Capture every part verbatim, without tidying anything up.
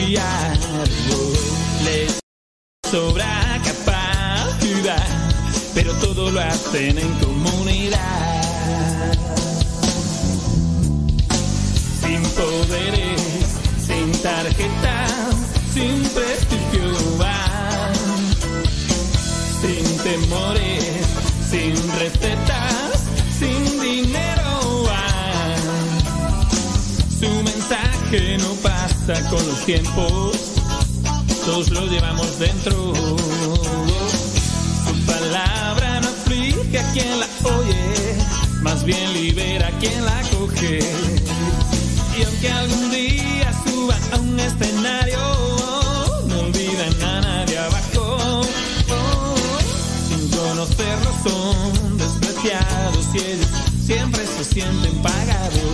confiar. Les sobra capacidad, pero todo lo hacen en comunidad. Sin poderes, sin tarjetas, sin prestigio van. Sin temores, sin recetas, sin dinero van. Su mensaje no pasa con los tiempos, todos lo llevamos dentro. Su palabra no aflige a quien la oye, más bien libera a quien la coge. Y aunque algún día suba a un escenario, no olvidan a nadie abajo. Sin conocerlos son despreciados y ellos siempre se sienten pagados.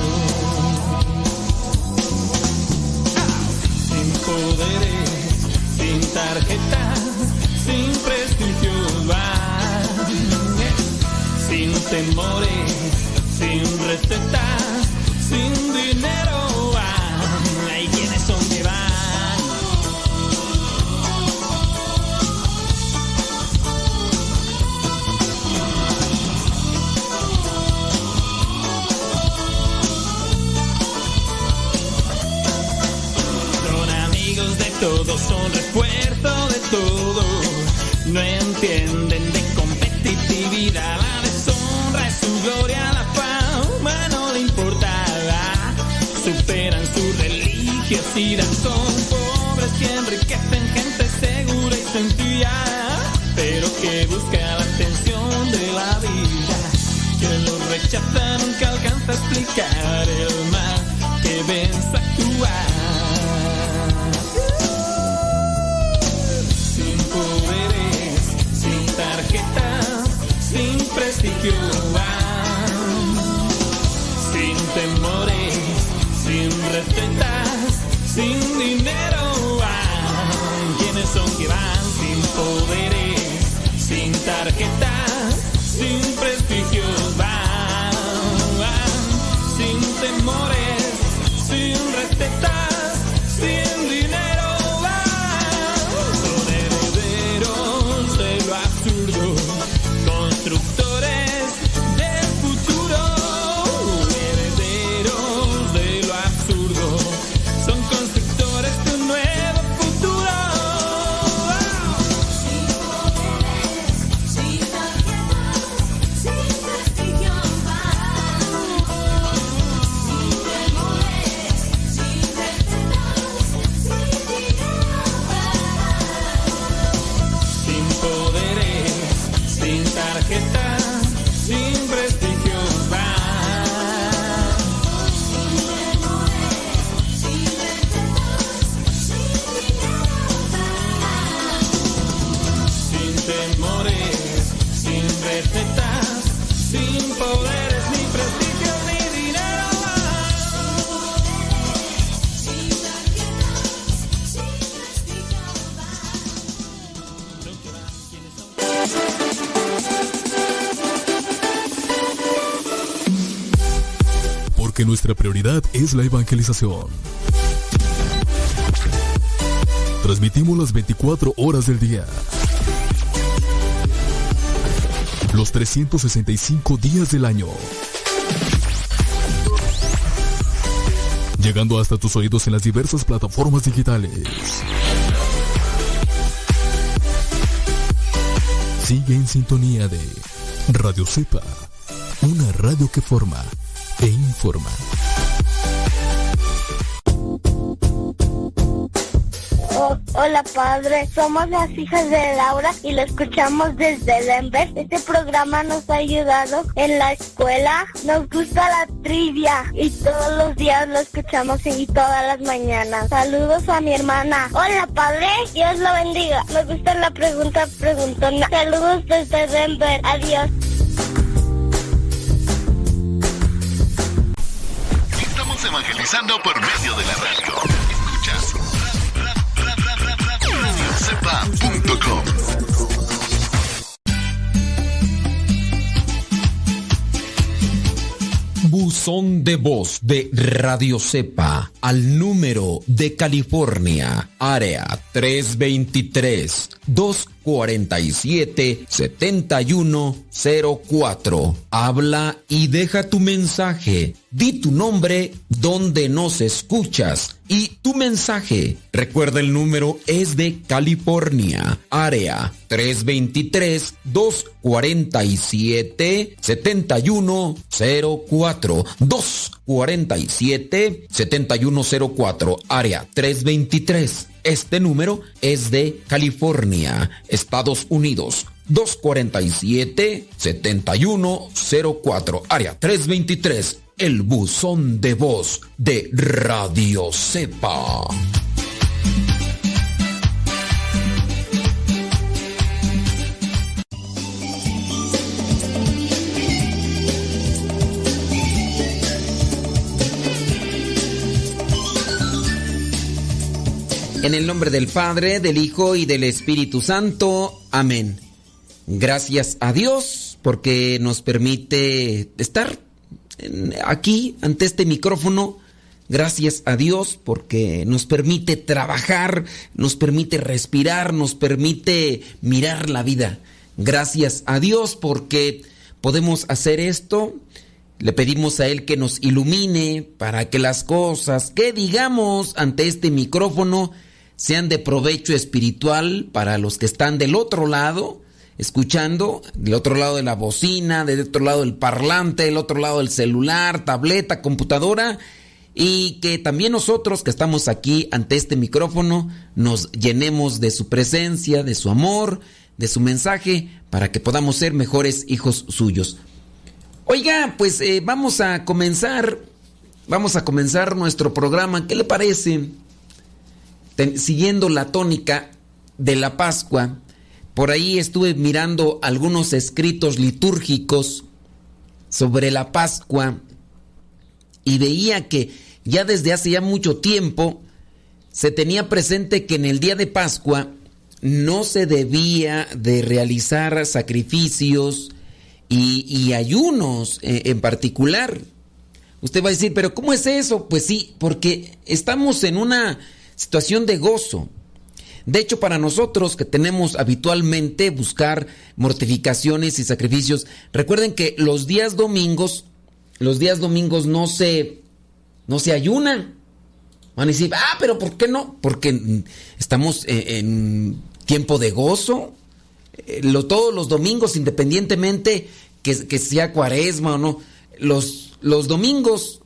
Sin poderes, sin tarjetas, sin prestigio van. Sin temores, sin recetas, sin dinero van. Hay quienes son que van. Son amigos de todos, son refuerzo de todo. No entienden de competitividad. La deshonra es su gloria, la fama no le importa. Superan su religiosidad, son pobres que enriquecen gente segura y sencilla, pero que busca la atención de la vida. Que los rechaza nunca alcanza a explicar el mal que ven su actuar. Sin poderes, sin tarjetas, sin prestigio van. Sin temores, sin recetas, sin dinero van. ¿Quiénes son que van? Sin poderes, sin tarjetas, sin prestigios van, van. Sin temores, sin recetas, sin dinero van. Son herederos de lo absurdo, constructores del futuro. Herederos de lo absurdo, son constructores de un nuevo futuro. Sin poderes, sin tarjetas, sin prestigio van. Sin temores, sin recetas, sin dinero van. Sin poderes, sin tarjetas, sin prestigios van. Sin temores, sin recetas, sin poderes, ni prestigios, ni dinero sin tarjetas, sin prestigio Porque nuestra prioridad es la evangelización. Transmitimos las veinticuatro horas del día, los trescientos sesenta y cinco días del año, llegando hasta tus oídos en las diversas plataformas digitales. Sigue en sintonía de Radio Cepa, una radio que forma e informa. Oh, hola padre, somos las hijas de Laura y lo escuchamos desde Denver. Este programa nos ha ayudado en la escuela, nos gusta la trivia y todos los días lo escuchamos y todas las mañanas. Saludos a mi hermana. Hola padre, Dios lo bendiga. Me gusta la pregunta preguntona. Saludos desde Denver, adiós. Estamos evangelizando por medio de la radio. Escuchas radio cepa punto com. buzón de voz de Radio Cepa al número de California, área tres veintitrés, dos cuarenta y siete, setenta y uno cero cuatro. Habla y deja tu mensaje. Di tu nombre, donde nos escuchas y tu mensaje. Recuerda, el número es de California, área tres veintitrés, dos cuarenta y siete, setenta y uno cero cuatro. dos cuarenta y siete, setenta y uno cero cuatro, área tres veintitrés. Este número es de California, Estados Unidos. dos cuarenta y siete, setenta y uno cero cuatro, área tres veintitrés. El buzón de voz de Radio Cepa. En el nombre del Padre, del Hijo y del Espíritu Santo. Amén. Gracias a Dios porque nos permite estar aquí ante este micrófono. Gracias a Dios porque nos permite trabajar, nos permite respirar, nos permite mirar la vida. Gracias a Dios porque podemos hacer esto. Le pedimos a Él que nos ilumine para que las cosas que digamos ante este micrófono sean de provecho espiritual para los que están del otro lado, escuchando, del otro lado de la bocina, del otro lado del parlante, del otro lado del celular, tableta, computadora, y que también nosotros que estamos aquí ante este micrófono nos llenemos de su presencia, de su amor, de su mensaje, para que podamos ser mejores hijos suyos. Oiga, pues eh, vamos a comenzar, vamos a comenzar nuestro programa. ¿Qué le parece? Ten, siguiendo la tónica de la Pascua, por ahí estuve mirando algunos escritos litúrgicos sobre la Pascua y veía que ya desde hace ya mucho tiempo se tenía presente que en el día de Pascua no se debía de realizar sacrificios y, y ayunos eh, en particular. Usted va a decir, ¿pero cómo es eso? Pues sí, porque estamos en una situación de gozo. De hecho, para nosotros que tenemos habitualmente buscar mortificaciones y sacrificios, recuerden que los días domingos, los días domingos no se, no se ayunan. Van a decir, ah, pero ¿por qué no? Porque estamos en, en tiempo de gozo. Lo, todos los domingos, independientemente que, que sea cuaresma o no, los, los domingos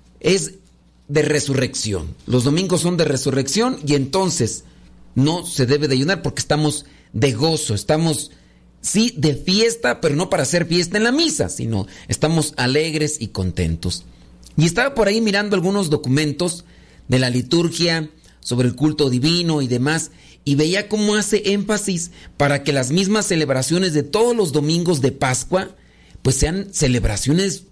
es de resurrección. Los domingos son de resurrección y entonces no se debe de ayunar porque estamos de gozo, estamos, sí, de fiesta, pero no para hacer fiesta en la misa, sino estamos alegres y contentos. Y estaba por ahí mirando algunos documentos de la liturgia sobre el culto divino y demás, y veía cómo hace énfasis para que las mismas celebraciones de todos los domingos de Pascua, pues sean celebraciones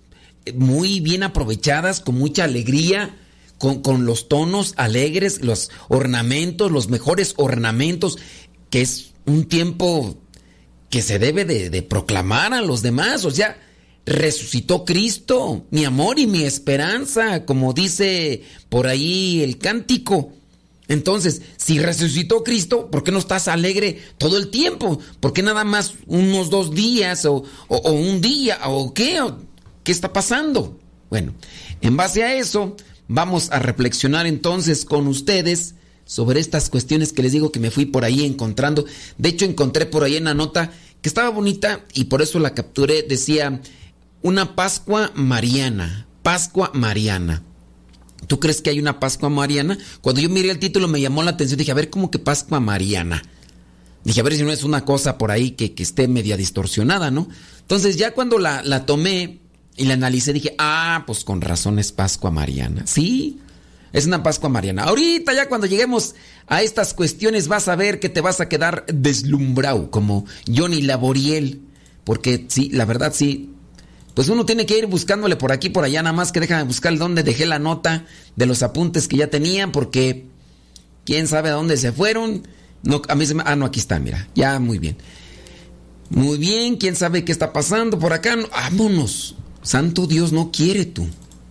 muy bien aprovechadas, con mucha alegría, Con, con los tonos alegres, los ornamentos, los mejores ornamentos, que es un tiempo que se debe de, de proclamar a los demás. O sea, resucitó Cristo, mi amor y mi esperanza, como dice por ahí el cántico. Entonces, si resucitó Cristo, ¿por qué no estás alegre todo el tiempo? ¿Por qué nada más unos dos días o, o, o un día o qué? ¿O qué está pasando? Bueno, en base a eso vamos a reflexionar entonces con ustedes sobre estas cuestiones que les digo que me fui por ahí encontrando. De hecho, encontré por ahí una nota que estaba bonita y por eso la capturé. Decía, una Pascua mariana, Pascua mariana. ¿Tú crees que hay una Pascua mariana? Cuando yo miré el título me llamó la atención. Dije, a ver, ¿cómo que Pascua mariana? Dije, a ver si no es una cosa por ahí que, que esté media distorsionada, ¿no? Entonces ya cuando la, la tomé y la analicé, dije, ah, pues con razón es Pascua mariana. Sí, es una Pascua mariana. Ahorita ya cuando lleguemos a estas cuestiones vas a ver que te vas a quedar deslumbrado, como Johnny Laboriel. Porque sí, la verdad sí, pues uno tiene que ir buscándole por aquí, por allá, nada más que déjame buscar dónde dejé la nota de los apuntes que ya tenía, porque quién sabe a dónde se fueron. No, a mí se me... Ah, no, aquí está, mira, ya muy bien. Muy bien, quién sabe qué está pasando por acá. Vámonos. Santo Dios no quiere tú.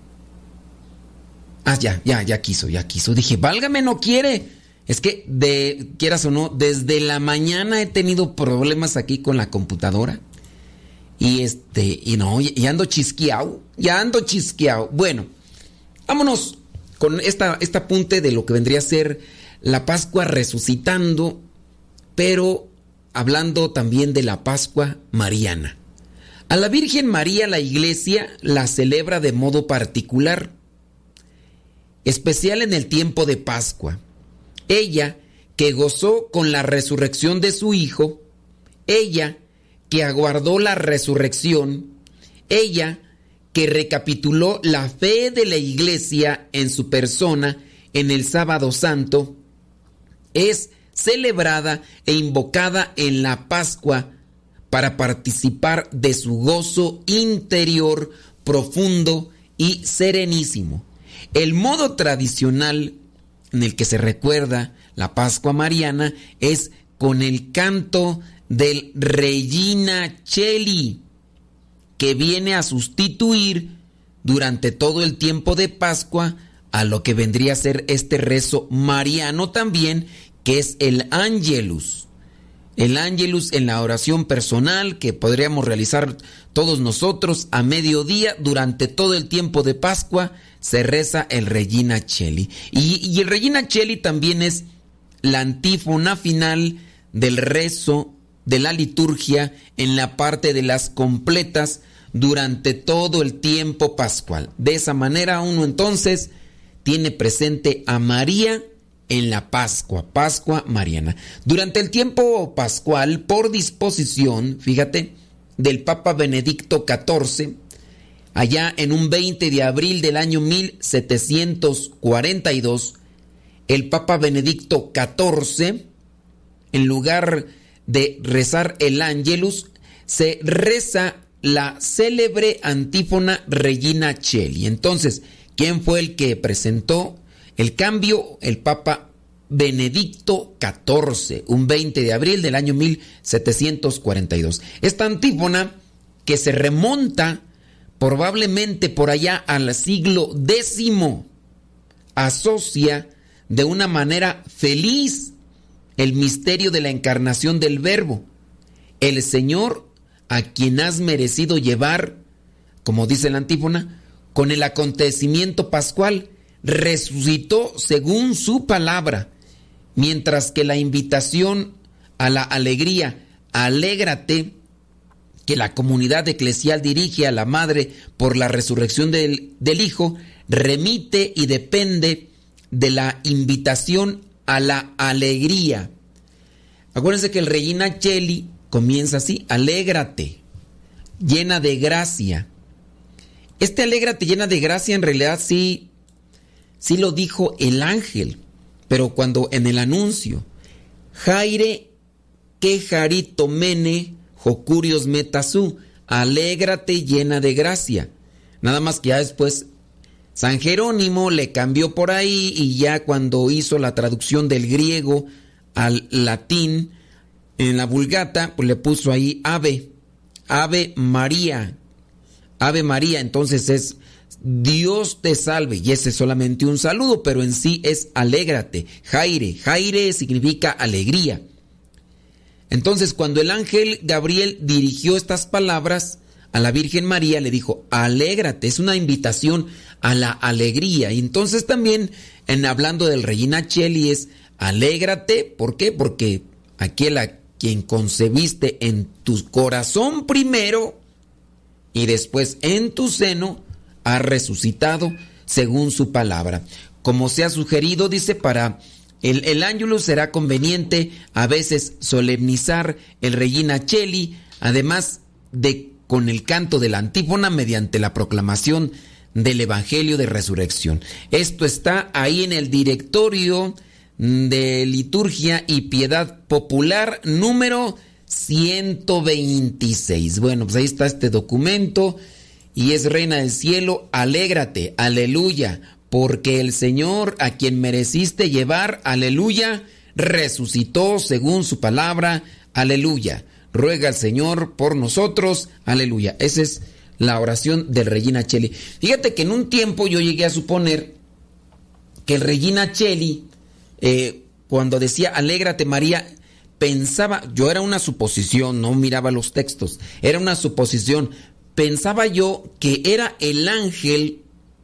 Ah, ya, ya, ya quiso, ya quiso. Dije, válgame, no quiere. Es que, de, quieras o no, desde la mañana he tenido problemas aquí con la computadora. Y este, y no, y ando chisqueado, ya ando chisqueado. Bueno, vámonos con esta, este apunte de lo que vendría a ser la Pascua resucitando, pero hablando también de la Pascua mariana. A la Virgen María la Iglesia la celebra de modo particular, especial en el tiempo de Pascua. Ella, que gozó con la resurrección de su Hijo, ella, que aguardó la resurrección, ella, que recapituló la fe de la Iglesia en su persona en el Sábado Santo, es celebrada e invocada en la Pascua para participar de su gozo interior profundo y serenísimo. El modo tradicional en el que se recuerda la Pascua mariana es con el canto del Regina Coeli, que viene a sustituir durante todo el tiempo de Pascua a lo que vendría a ser este rezo mariano también, que es el Ángelus. El Ángelus en la oración personal que podríamos realizar todos nosotros a mediodía durante todo el tiempo de Pascua se reza el Regina Coeli. Y, y el Regina Coeli también es la antífona final del rezo de la liturgia en la parte de las completas durante todo el tiempo pascual. De esa manera uno entonces tiene presente a María en la Pascua, Pascua mariana. Durante el tiempo pascual, por disposición, fíjate, del Papa Benedicto catorce, allá en un veinte de abril del año mil setecientos cuarenta y dos, el Papa Benedicto catorce, en lugar de rezar el Ángelus, se reza la célebre antífona Regina Coeli. Entonces, ¿quién fue el que presentó el cambio? El Papa Benedicto catorce, un veinte de abril del año mil setecientos cuarenta y dos. Esta antífona, que se remonta probablemente por allá al siglo décimo, asocia de una manera feliz el misterio de la encarnación del Verbo, el Señor a quien has merecido llevar, como dice la antífona, con el acontecimiento pascual, resucitó según su palabra, mientras que la invitación a la alegría, alégrate, que la comunidad eclesial dirige a la Madre por la resurrección del, del Hijo, remite y depende de la invitación a la alegría. Acuérdense que el Regina Coeli comienza así: alégrate, llena de gracia. Este alégrate llena de gracia en realidad sí, sí lo dijo el ángel, pero cuando en el anuncio, Jaire que jarito mene jocurios metasú, alégrate llena de gracia. Nada más que ya después San Jerónimo le cambió por ahí y ya cuando hizo la traducción del griego al latín en la Vulgata, pues le puso ahí Ave, Ave María, Ave María. Entonces es Dios te salve, y ese es solamente un saludo, pero en sí es alégrate. Jaire, Jaire significa alegría. Entonces cuando el ángel Gabriel dirigió estas palabras a la Virgen María, le dijo, alégrate, es una invitación a la alegría. Y entonces también, en hablando del Regina Coeli, es alégrate, ¿por qué? Porque aquel a quien concebiste en tu corazón primero y después en tu seno, ha resucitado según su palabra. Como se ha sugerido, dice, para el, el Ángelus será conveniente a veces solemnizar el Regina Coeli, además de con el canto de la antífona mediante la proclamación del Evangelio de Resurrección. Esto está ahí en el directorio de Liturgia y Piedad Popular número ciento veintiséis. Bueno, pues ahí está este documento y es Reina del Cielo, alégrate, aleluya, porque el Señor a quien mereciste llevar, aleluya, resucitó según su palabra, aleluya. Ruega al Señor por nosotros, aleluya. Ese es la oración del Regina Coeli. Fíjate que en un tiempo yo llegué a suponer que el Regina Coeli, eh, cuando decía alégrate María, pensaba, yo era una suposición, no miraba los textos, era una suposición, pensaba yo que era el ángel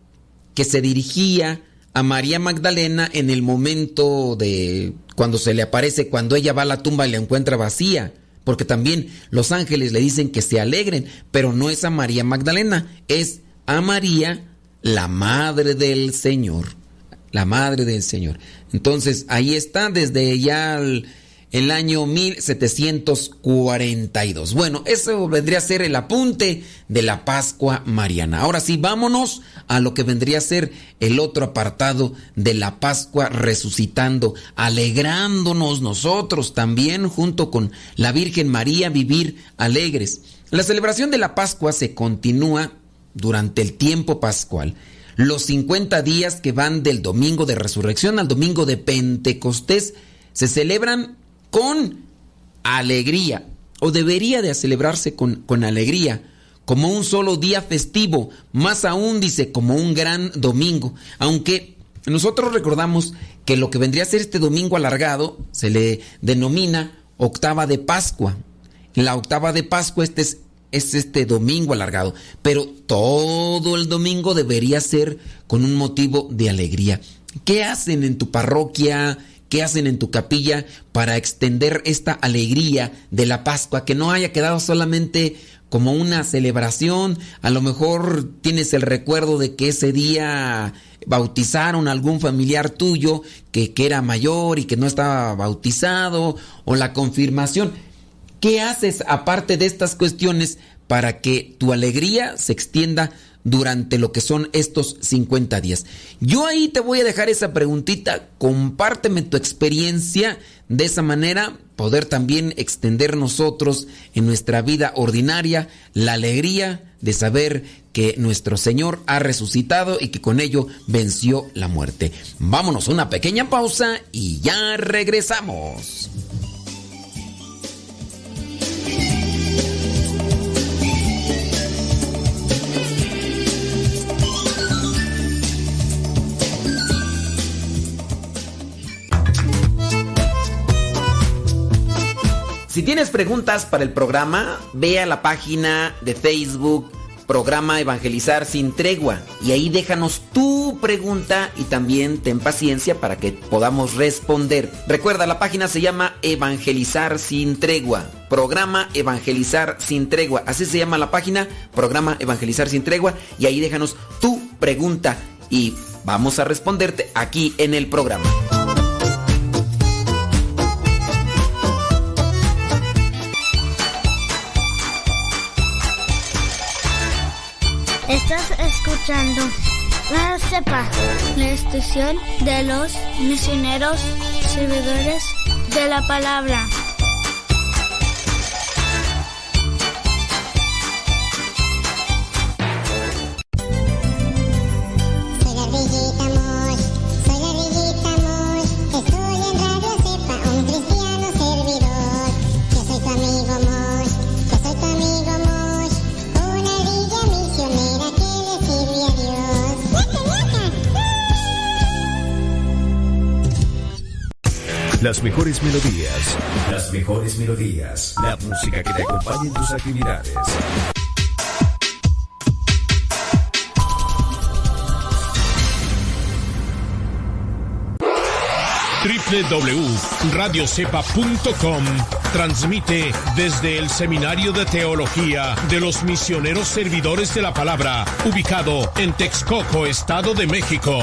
que se dirigía a María Magdalena en el momento de cuando se le aparece, cuando ella va a la tumba y la encuentra vacía, porque también los ángeles le dicen que se alegren, pero no es a María Magdalena, es a María, la madre del Señor, la madre del Señor. Entonces ahí está desde ya el, el año mil setecientos cuarenta y dos. Bueno, eso vendría a ser el apunte de la Pascua Mariana. Ahora sí, vámonos a lo que vendría a ser el otro apartado de la Pascua resucitando, alegrándonos nosotros también junto con la Virgen María, vivir alegres. La celebración de la Pascua se continúa durante el tiempo pascual. Los cincuenta días que van del domingo de resurrección al domingo de Pentecostés se celebran con alegría, o debería de celebrarse con, con alegría, como un solo día festivo, más aún dice como un gran domingo, aunque nosotros recordamos que lo que vendría a ser este domingo alargado se le denomina octava de Pascua. La octava de Pascua este es, es este domingo alargado, pero todo el domingo debería ser con un motivo de alegría. ¿Qué hacen en tu parroquia? ¿Qué hacen en tu capilla para extender esta alegría de la Pascua? Que no haya quedado solamente como una celebración. A lo mejor tienes el recuerdo de que ese día bautizaron a algún familiar tuyo que, que era mayor y que no estaba bautizado, o la confirmación. ¿Qué haces aparte de estas cuestiones para que tu alegría se extienda durante lo que son estos cincuenta días? Yo ahí te voy a dejar esa preguntita, compárteme tu experiencia, de esa manera poder también extender nosotros en nuestra vida ordinaria la alegría de saber que nuestro Señor ha resucitado y que con ello venció la muerte. Vámonos a una pequeña pausa y ya regresamos. Si tienes preguntas para el programa, ve a la página de Facebook Programa Evangelizar Sin Tregua y ahí déjanos tu pregunta y también ten paciencia para que podamos responder. Recuerda, la página se llama Evangelizar Sin Tregua. Programa Evangelizar Sin Tregua. Así se llama la página, Programa Evangelizar Sin Tregua, y ahí déjanos tu pregunta y vamos a responderte aquí en el programa. Estás escuchando la CEPA, la estación de los misioneros servidores de la palabra. Soy la Rillita Mosh, soy la Rillita Mosh, estoy en Radio CEPA, un cristiano servidor. Yo soy tu amigo Mosh, yo soy tu amigo Mosh, una ardilla misionera que le sirve a Dios. ¡Yaca, yaca! Las mejores melodías, las mejores melodías, la música que te acompañe en tus actividades. doble u doble u doble u punto radio cepa punto com transmite desde el Seminario de Teología de los Misioneros Servidores de la Palabra, ubicado en Texcoco, Estado de México.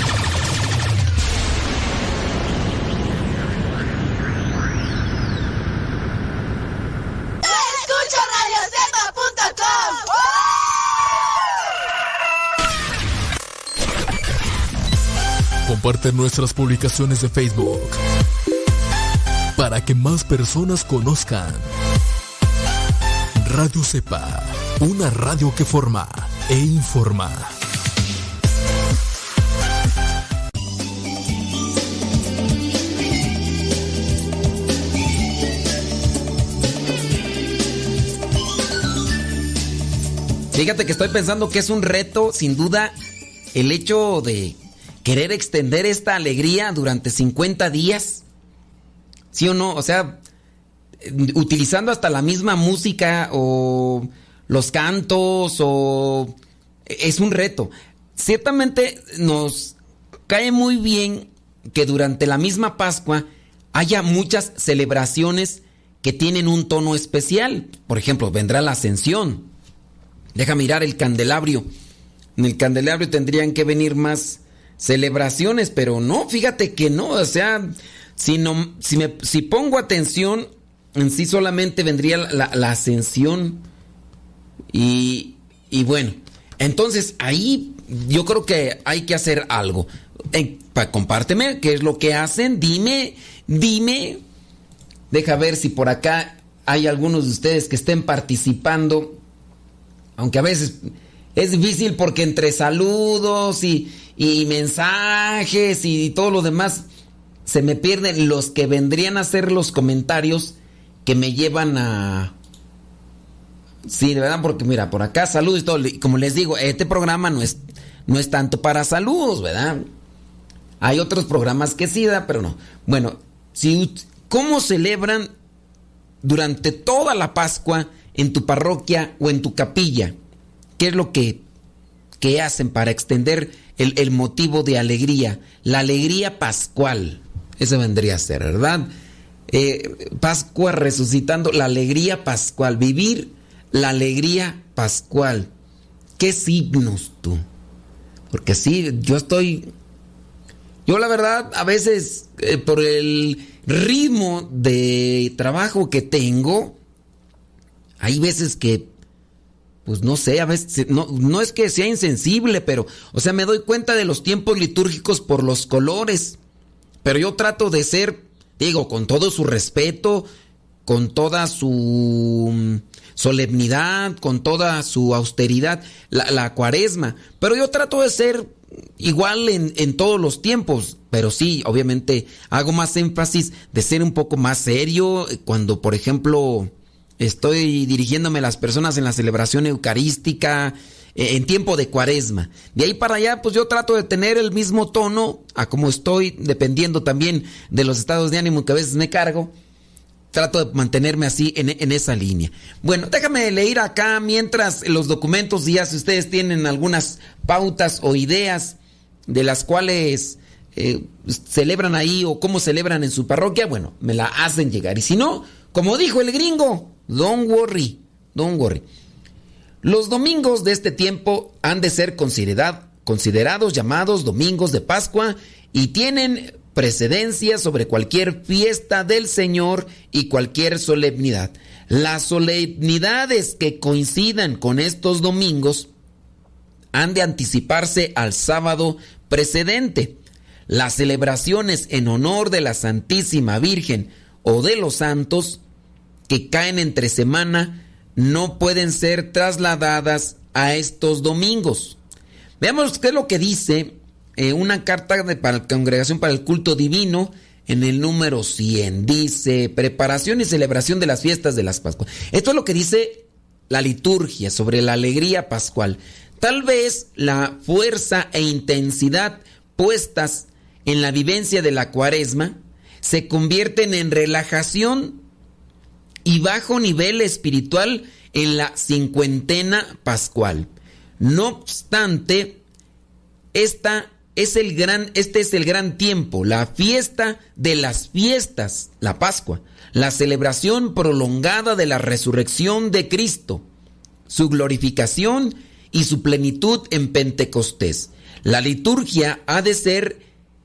¡Escucha radio cepa punto com! Comparte nuestras publicaciones de Facebook para que más personas conozcan Radio CEPA, una radio que forma e informa. Fíjate que estoy pensando que es un reto, sin duda, el hecho de querer extender esta alegría durante cincuenta días. ¿Sí o no? O sea, utilizando hasta la misma música o los cantos o... Es un reto. Ciertamente nos cae muy bien que durante la misma Pascua haya muchas celebraciones que tienen un tono especial. Por ejemplo, vendrá la Ascensión. Deja mirar el candelabro. En el candelabro tendrían que venir más celebraciones, pero no, fíjate que no. O sea, si, no, si, me, si pongo atención, en sí solamente vendría la, la Ascensión. Y, y bueno, entonces ahí yo creo que hay que hacer algo. Eh, pa, compárteme qué es lo que hacen. Dime, dime. Deja ver si por acá hay algunos de ustedes que estén participando. Aunque a veces es difícil porque entre saludos y, y mensajes y todo lo demás se me pierden los que vendrían a hacer los comentarios que me llevan a... Sí, de verdad, porque mira, por acá saludos y todo. Y como les digo, este programa no es, no es tanto para saludos, ¿verdad? Hay otros programas que sí da, pero no. Bueno, si, ¿cómo celebran durante toda la Pascua en tu parroquia o en tu capilla? ¿Qué es lo que, que hacen para extender el, el motivo de alegría? La alegría pascual. Eso vendría a ser, ¿verdad? Eh, Pascua resucitando, la alegría pascual. Vivir la alegría pascual. ¿Qué signos tú? Porque sí, yo estoy... Yo la verdad, a veces, eh, por el ritmo de trabajo que tengo, hay veces que, pues no sé, a veces, no, no es que sea insensible, pero, o sea, me doy cuenta de los tiempos litúrgicos por los colores. Pero yo trato de ser, digo, con todo su respeto, con toda su solemnidad, con toda su austeridad, la, la cuaresma. Pero yo trato de ser igual en, en todos los tiempos. Pero sí, obviamente, hago más énfasis de ser un poco más serio cuando, por ejemplo, estoy dirigiéndome a las personas en la celebración eucarística, en tiempo de cuaresma. De ahí para allá, pues yo trato de tener el mismo tono a como estoy, dependiendo también de los estados de ánimo que a veces me cargo. Trato de mantenerme así en, en esa línea. Bueno, déjame leer acá mientras los documentos, ya si ustedes tienen algunas pautas o ideas de las cuales eh, celebran ahí o cómo celebran en su parroquia, bueno, me la hacen llegar. Y si no, como dijo el gringo, don't worry, don't worry. Los domingos de este tiempo han de ser considerad, considerados llamados domingos de Pascua y tienen precedencia sobre cualquier fiesta del Señor y cualquier solemnidad. Las solemnidades que coincidan con estos domingos han de anticiparse al sábado precedente. Las celebraciones en honor de la Santísima Virgen o de los santos que caen entre semana no pueden ser trasladadas a estos domingos. Veamos qué es lo que dice Eh, una carta de, para la Congregación para el Culto Divino en el número cien. Dice, preparación y celebración de las fiestas de las Pascuas. Esto es lo que dice la liturgia sobre la alegría pascual. Tal vez la fuerza e intensidad puestas en la vivencia de la cuaresma se convierten en relajación y bajo nivel espiritual en la cincuentena pascual. No obstante, esta Es el gran, este es el gran tiempo, la fiesta de las fiestas, la Pascua, la celebración prolongada de la resurrección de Cristo, su glorificación y su plenitud en Pentecostés. La liturgia ha de ser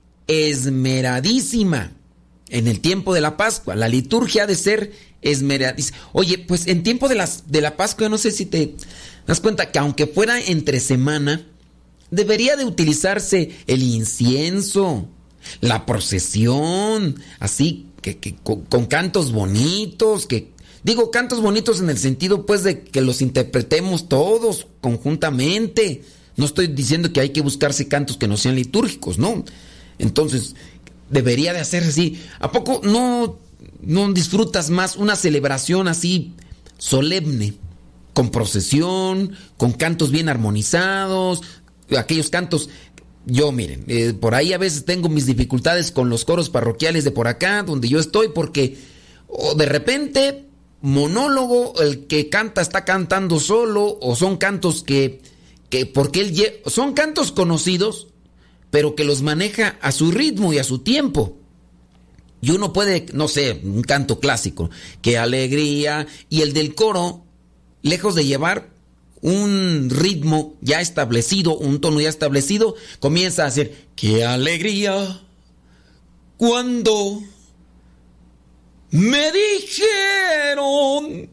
esmeradísima en el tiempo de la Pascua. La liturgia ha de ser esmeradísima. Oye, pues en tiempo de, las, de la Pascua, no sé si te das cuenta que aunque fuera entre semana, debería de utilizarse el incienso, la procesión, así que, que con, con cantos bonitos, que digo cantos bonitos en el sentido pues de que los interpretemos todos conjuntamente. No estoy diciendo que hay que buscarse cantos que no sean litúrgicos, no. Entonces debería de hacerse así. ¿A poco no no disfrutas más una celebración así solemne, con procesión, con cantos bien armonizados, aquellos cantos. Yo, miren, eh, por ahí a veces tengo mis dificultades con los coros parroquiales de por acá, donde yo estoy, porque o de repente monólogo, el que canta está cantando solo, o son cantos que, que porque él lle- son cantos conocidos, pero que los maneja a su ritmo y a su tiempo. Y uno puede, no sé, un canto clásico, qué alegría, y el del coro, lejos de llevar un ritmo ya establecido, un tono ya establecido, comienza a hacer, qué alegría cuando me dijeron,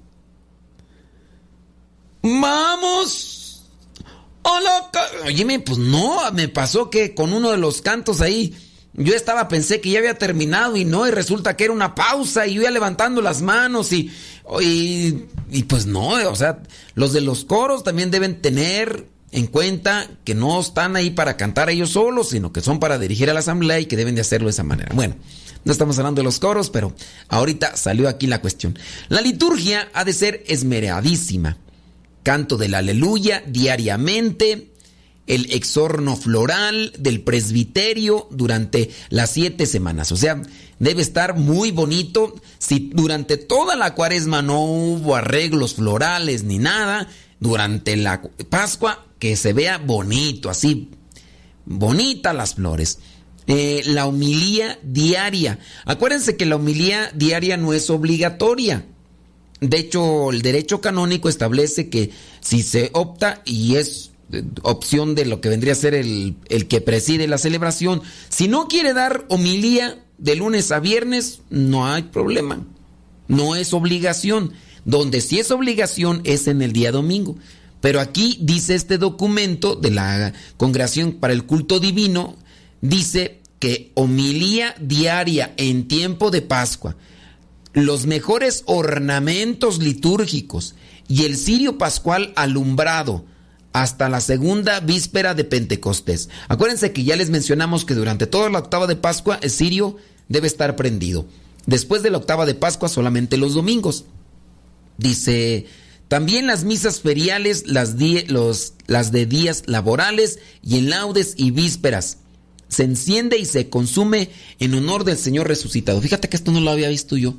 vamos a la ca-. Óyeme, pues no, me pasó que con uno de los cantos ahí, yo estaba, pensé que ya había terminado y no, y resulta que era una pausa y yo iba levantando las manos y, y, y pues no, o sea, los de los coros también deben tener en cuenta que no están ahí para cantar ellos solos, sino que son para dirigir a la asamblea y que deben de hacerlo de esa manera. Bueno, no estamos hablando de los coros, pero ahorita salió aquí la cuestión. La liturgia ha de ser esmeradísima. Canto del aleluya diariamente, el exorno floral del presbiterio durante las siete semanas. O sea, debe estar muy bonito. Si durante toda la cuaresma no hubo arreglos florales ni nada, durante la Pascua que se vea bonito, así, bonitas las flores. Eh, la homilía diaria. Acuérdense que la homilía diaria no es obligatoria. De hecho, el derecho canónico establece que si se opta y es opción de lo que vendría a ser el, el que preside la celebración, si no quiere dar homilía de lunes a viernes, no hay problema. No es obligación. Donde sí es obligación es en el día domingo. Pero aquí dice este documento de la Congregación para el Culto Divino, dice que homilía diaria en tiempo de Pascua, los mejores ornamentos litúrgicos y el cirio pascual alumbrado hasta la segunda víspera de Pentecostés. Acuérdense que ya les mencionamos que durante toda la octava de Pascua el cirio debe estar prendido. Después de la octava de Pascua solamente los domingos. Dice, también las misas feriales, las, die, los, las de días laborales y en laudes y vísperas. Se enciende y se consume en honor del Señor resucitado. Fíjate que esto no lo había visto yo.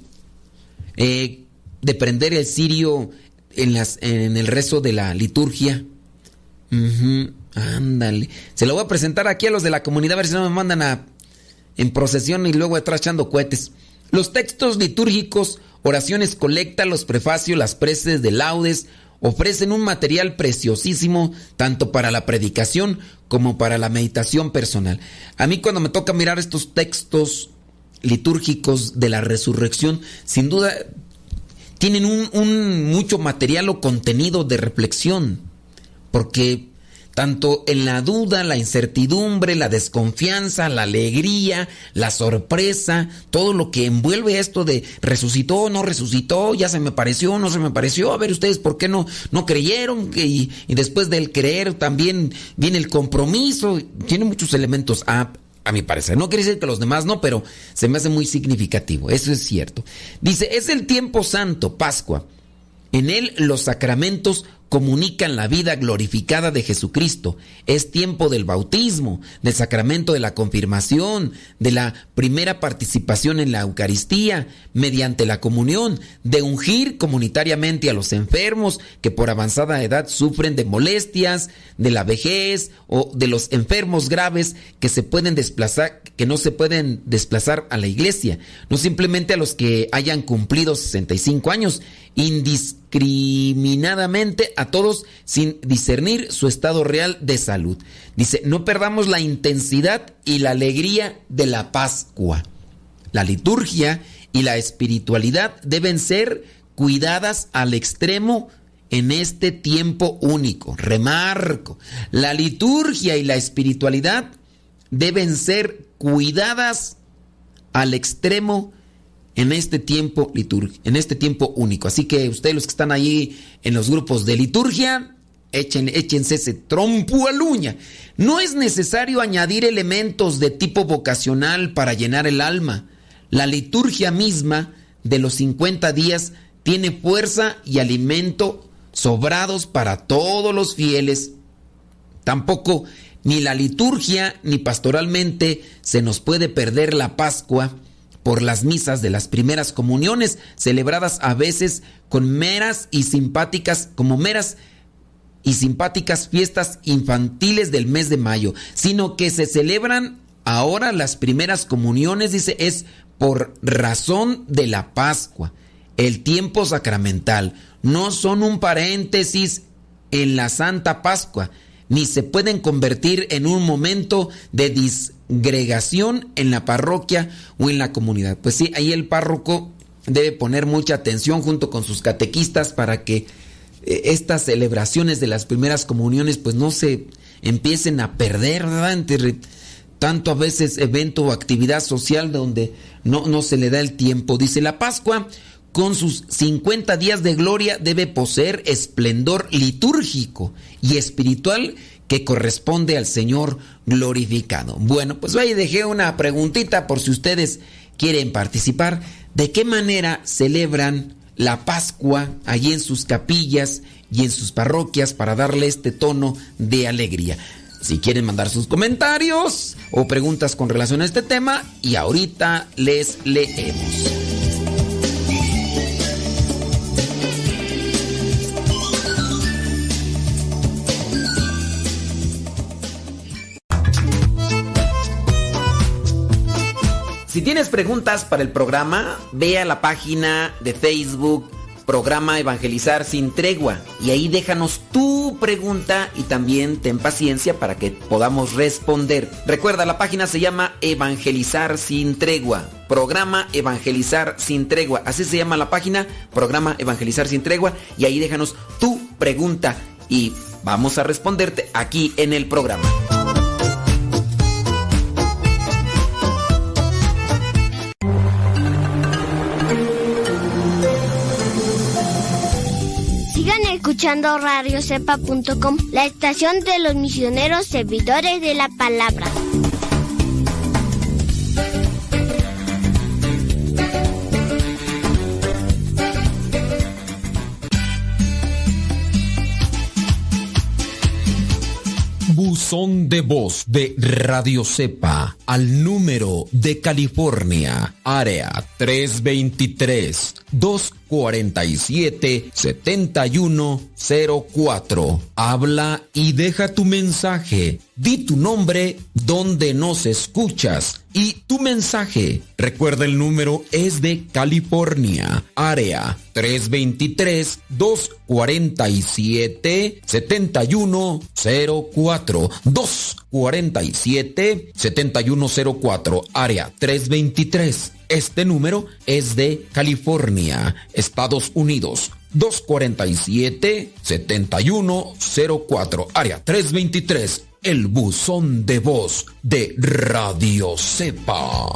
Eh, de prender el cirio en, las, en el rezo de la liturgia. Uh-huh. Ándale. Se lo voy a presentar aquí a los de la comunidad, a ver si no me mandan a, en procesión y luego atrás echando cohetes. Los textos litúrgicos, oraciones colecta, los prefacios, las preces de laudes, ofrecen un material preciosísimo tanto para la predicación como para la meditación personal. A mí cuando me toca mirar estos textos litúrgicos de la resurrección, sin duda tienen un, un mucho material o contenido de reflexión, porque tanto en la duda, la incertidumbre, la desconfianza, la alegría, la sorpresa, todo lo que envuelve esto de resucitó, no resucitó, ya se me pareció, no se me pareció, a ver ustedes por qué no, no creyeron, y, y después del creer también viene el compromiso, tiene muchos elementos a, a mi parecer. No quiere decir que los demás no, pero se me hace muy significativo, eso es cierto. Dice, es el tiempo santo, Pascua. En él los sacramentos comunican la vida glorificada de Jesucristo. Es tiempo del bautismo, del sacramento de la confirmación, de la primera participación en la Eucaristía, mediante la comunión, de ungir comunitariamente a los enfermos que por avanzada edad sufren de molestias, de la vejez o de los enfermos graves que se pueden desplazar, que no se pueden desplazar a la iglesia, no simplemente a los que hayan cumplido sesenta y cinco años, indiscriminadamente a todos sin discernir su estado real de salud. Dice, no perdamos la intensidad y la alegría de la Pascua. La liturgia y la espiritualidad deben ser cuidadas al extremo en este tiempo único. Remarco, la liturgia y la espiritualidad deben ser cuidadas al extremo en este tiempo litúrgico, en este tiempo único. Así que ustedes los que están ahí en los grupos de liturgia, echen, échense ese trompo a la uña. No es necesario añadir elementos de tipo vocacional para llenar el alma. La liturgia misma de los cincuenta días tiene fuerza y alimento sobrados para todos los fieles. Tampoco ni la liturgia ni pastoralmente se nos puede perder la Pascua por las misas de las primeras comuniones, celebradas a veces con meras y simpáticas, como meras y simpáticas fiestas infantiles del mes de mayo, sino que se celebran ahora las primeras comuniones, dice, es por razón de la Pascua, el tiempo sacramental. No son un paréntesis en la Santa Pascua, ni se pueden convertir en un momento de disgregación en la parroquia o en la comunidad. Pues sí, ahí el párroco debe poner mucha atención junto con sus catequistas para que eh, estas celebraciones de las primeras comuniones pues no se empiecen a perder, ¿verdad? Entre tanto a veces evento o actividad social donde no, no se le da el tiempo. Dice, la Pascua con sus cincuenta días de gloria debe poseer esplendor litúrgico y espiritual que corresponde al Señor glorificado. Bueno, pues ahí dejé una preguntita por si ustedes quieren participar. ¿De qué manera celebran la Pascua allí en sus capillas y en sus parroquias para darle este tono de alegría? Si quieren mandar sus comentarios o preguntas con relación a este tema, y ahorita les leemos. Si tienes preguntas para el programa, ve a la página de Facebook Programa Evangelizar Sin Tregua y ahí déjanos tu pregunta y también ten paciencia para que podamos responder. Recuerda, la página se llama Evangelizar Sin Tregua. Programa Evangelizar Sin Tregua. Así se llama la página, Programa Evangelizar Sin Tregua, y ahí déjanos tu pregunta y vamos a responderte aquí en el programa. Escuchando radio cepa punto com, la estación de los misioneros servidores de la palabra. Buzón de voz de Radio Cepa al número de California, área tres veintitrés, dos cuarenta y siete, setenta y uno cero cuatro. Habla y deja tu mensaje. Di tu nombre, donde nos escuchas y tu mensaje. Recuerda, el número es de California, área tres veintitrés, dos cuarenta y siete, setenta y uno cero cuatro. dos cuarenta y siete, setenta y uno cero cuatro, área tres veintitrés. Este número es de California, Estados Unidos. dos cuarenta y siete, setenta y uno cero cuatro, área tres veintitrés. El buzón de voz de Radio Cepa.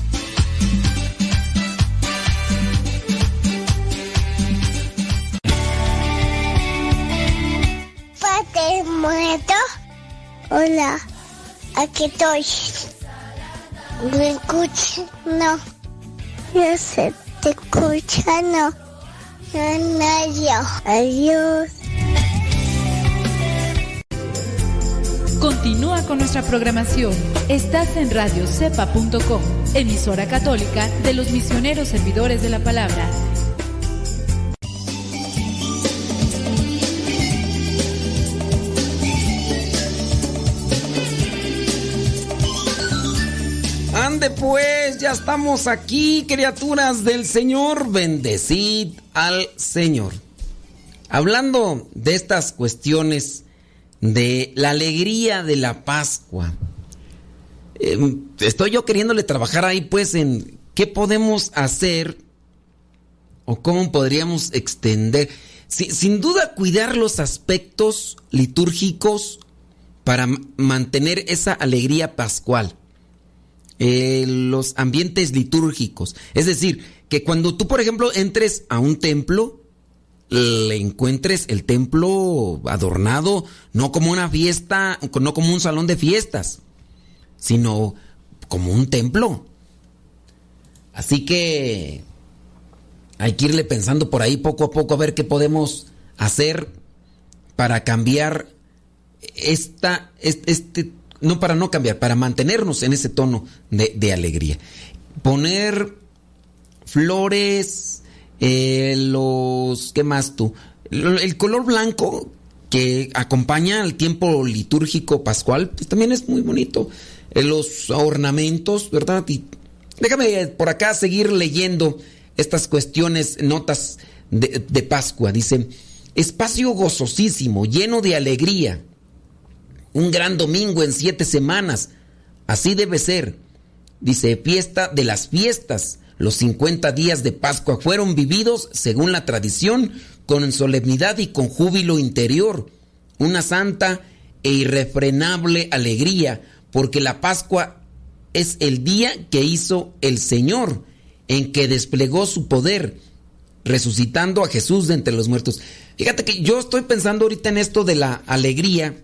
Padre muerto. Hola, aquí estoy. ¿Me escuchas? No. Yo sé, te escucha, no. No, no, yo. Adiós. Continúa con nuestra programación. Estás en radio cepa punto com, emisora católica de los misioneros servidores de la palabra. Ande pues, ya estamos aquí, criaturas del Señor. Bendecid al Señor. Hablando de estas cuestiones de la alegría de la Pascua, eh, estoy yo queriéndole trabajar ahí pues en qué podemos hacer o cómo podríamos extender, si, sin duda cuidar los aspectos litúrgicos para mantener esa alegría pascual. Eh, los ambientes litúrgicos, es decir, que cuando tú por ejemplo entres a un templo, le encuentres el templo adornado no como una fiesta, no como un salón de fiestas, sino como un templo. Así que hay que irle pensando por ahí poco a poco a ver qué podemos hacer para cambiar esta, este, este, no para no cambiar, para mantenernos en ese tono de, de alegría? Poner flores, eh, los, ¿qué más tú? El color blanco que acompaña al tiempo litúrgico pascual, pues también es muy bonito. Eh, los ornamentos, ¿verdad? Y déjame por acá seguir leyendo estas cuestiones, notas de, de Pascua. Dice: espacio gozosísimo, lleno de alegría. Un gran domingo en siete semanas. Así debe ser. Dice: fiesta de las fiestas. Los cincuenta días de Pascua fueron vividos, según la tradición, con solemnidad y con júbilo interior. Una santa e irrefrenable alegría, porque la Pascua es el día que hizo el Señor, en que desplegó su poder, resucitando a Jesús de entre los muertos. Fíjate que yo estoy pensando ahorita en esto de la alegría,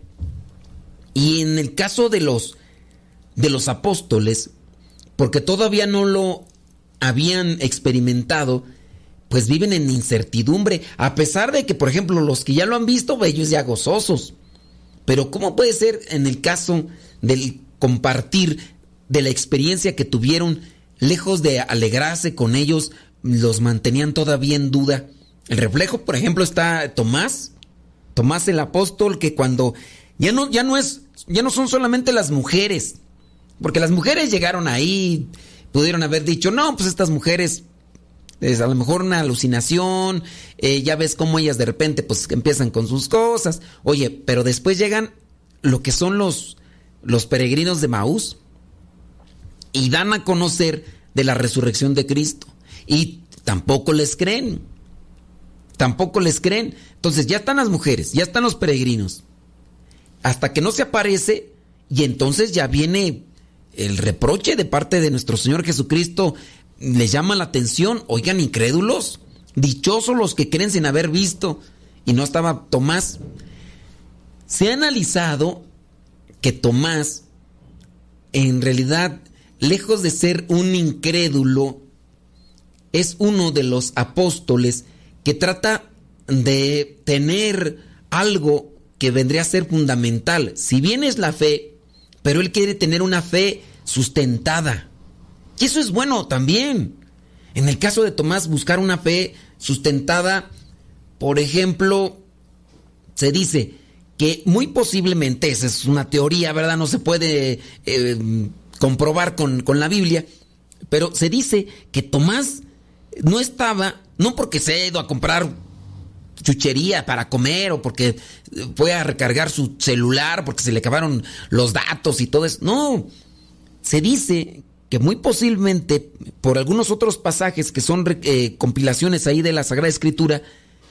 y en el caso de los, de los apóstoles, porque todavía no lo habían experimentado, pues viven en incertidumbre, a pesar de que, por ejemplo, los que ya lo han visto, ellos ya gozosos. Pero ¿cómo puede ser en el caso del compartir de la experiencia que tuvieron, lejos de alegrarse con ellos, los mantenían todavía en duda? El reflejo, por ejemplo, está Tomás, Tomás el apóstol, que cuando ya no, ya no es, ya no son solamente las mujeres, porque las mujeres llegaron ahí, pudieron haber dicho, no, pues estas mujeres es a lo mejor una alucinación, eh, ya ves cómo ellas de repente pues empiezan con sus cosas. Oye, pero después llegan lo que son los, los peregrinos de Maús y dan a conocer de la resurrección de Cristo, y tampoco les creen, tampoco les creen. Entonces ya están las mujeres, ya están los peregrinos, hasta que no se aparece, y entonces ya viene el reproche de parte de nuestro Señor Jesucristo. Les llama la atención: oigan, incrédulos, dichosos los que creen sin haber visto. Y no estaba Tomás. Se ha analizado que Tomás, en realidad, lejos de ser un incrédulo, es uno de los apóstoles que trata de tener algo que vendría a ser fundamental. Si bien es la fe, pero él quiere tener una fe sustentada. Y eso es bueno también. En el caso de Tomás, buscar una fe sustentada, por ejemplo, se dice que muy posiblemente, esa es una teoría, ¿verdad? No se puede eh, comprobar con, con la Biblia, pero se dice que Tomás no estaba, no porque se haya ido a comprar chuchería para comer, o porque fue a recargar su celular porque se le acabaron los datos y todo eso. No, se dice que muy posiblemente, por algunos otros pasajes que son eh, compilaciones ahí de la Sagrada Escritura,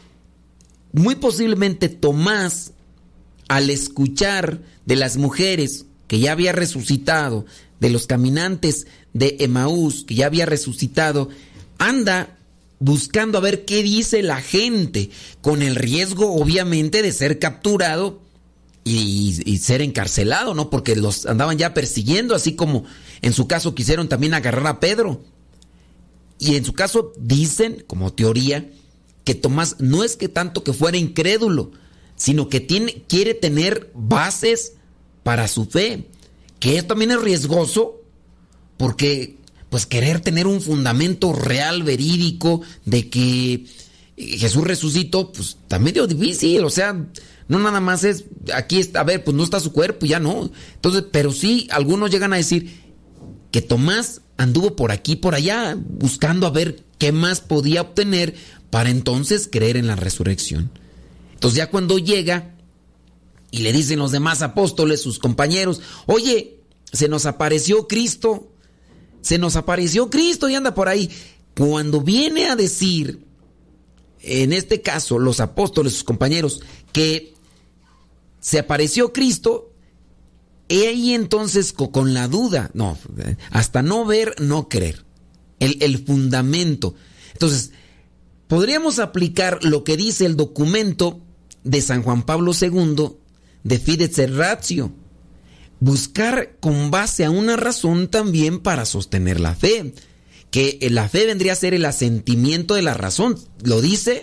muy posiblemente Tomás, al escuchar de las mujeres que ya había resucitado, de los caminantes de Emaús que ya había resucitado, anda buscando a ver qué dice la gente, con el riesgo obviamente de ser capturado y, y ser encarcelado, ¿no? Porque los andaban ya persiguiendo, así como en su caso quisieron también agarrar a Pedro. Y en su caso dicen, como teoría, que Tomás no es que tanto que fuera incrédulo, sino que tiene, quiere tener bases para su fe, que esto también es riesgoso, porque pues querer tener un fundamento real, verídico, de que Jesús resucitó, pues está medio difícil. O sea, no nada más es, aquí está, a ver, pues no está su cuerpo, ya no. Entonces, pero sí, algunos llegan a decir que Tomás anduvo por aquí, por allá, buscando a ver qué más podía obtener para entonces creer en la resurrección. Entonces ya cuando llega y le dicen los demás apóstoles, sus compañeros, oye, se nos apareció Cristo, se nos apareció Cristo y anda por ahí. Cuando viene a decir, en este caso, los apóstoles, sus compañeros, que se apareció Cristo, he ahí entonces con la duda, no, hasta no ver, no creer, el, el fundamento. Entonces, podríamos aplicar lo que dice el documento de San Juan Pablo segundo, de Fides et Ratio, buscar con base a una razón también para sostener la fe, que la fe vendría a ser el asentimiento de la razón. Lo dice,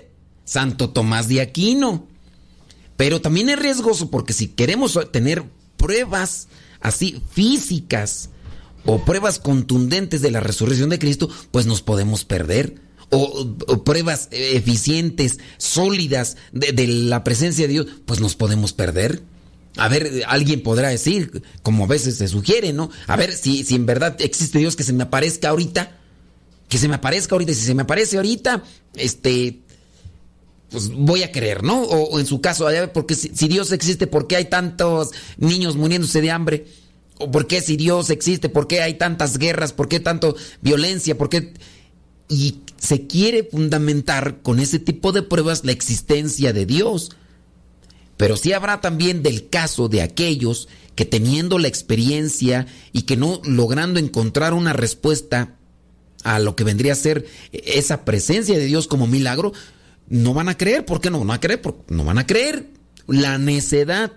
Santo Tomás de Aquino. Pero también es riesgoso porque si queremos tener pruebas así físicas o pruebas contundentes de la resurrección de Cristo, pues nos podemos perder. O, o pruebas eficientes, sólidas de, de la presencia de Dios, pues nos podemos perder. A ver, alguien podrá decir, como a veces se sugiere, ¿no? A ver, si, si en verdad existe Dios, que se me aparezca ahorita, que se me aparezca ahorita, si se me aparece ahorita, este, pues voy a creer, ¿no? O, o en su caso, porque si, si Dios existe, ¿por qué hay tantos niños muriéndose de hambre? ¿O por qué si Dios existe, por qué hay tantas guerras, por qué tanta violencia, por qué? Y se quiere fundamentar con ese tipo de pruebas la existencia de Dios. Pero sí habrá también del caso de aquellos que teniendo la experiencia y que no logrando encontrar una respuesta a lo que vendría a ser esa presencia de Dios como milagro, no van a creer. ¿Por qué no van a creer? Porque no van a creer. La necedad,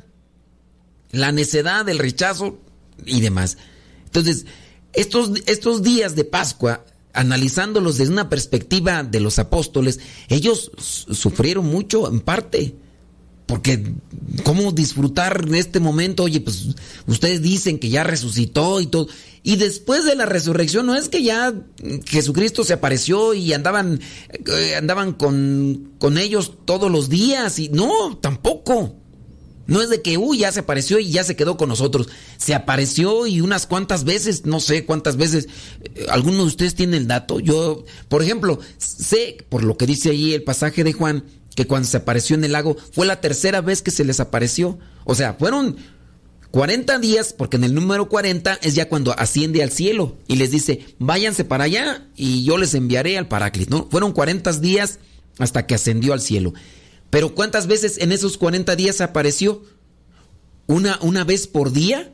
la necedad, el rechazo y demás. Entonces, estos, estos días de Pascua, analizándolos desde una perspectiva de los apóstoles, ellos sufrieron mucho en parte. Porque, ¿cómo disfrutar de este momento? Oye, pues ustedes dicen que ya resucitó y todo. Y después de la resurrección, no es que ya Jesucristo se apareció y andaban, eh, andaban con, con ellos todos los días. Y no, tampoco. No es de que, uy, ya se apareció y ya se quedó con nosotros. Se apareció y unas cuantas veces, no sé cuántas veces. Eh, ¿Alguno de ustedes tiene el dato? Yo, por ejemplo, sé, por lo que dice ahí el pasaje de Juan, que cuando se apareció en el lago fue la tercera vez que se les apareció. O sea, fueron cuarenta días, porque en el número cuarenta es ya cuando asciende al cielo y les dice, váyanse para allá y yo les enviaré al Paráclito, ¿no? Fueron cuarenta días hasta que ascendió al cielo. Pero ¿cuántas veces en esos cuarenta días apareció? ¿Una, una vez por día?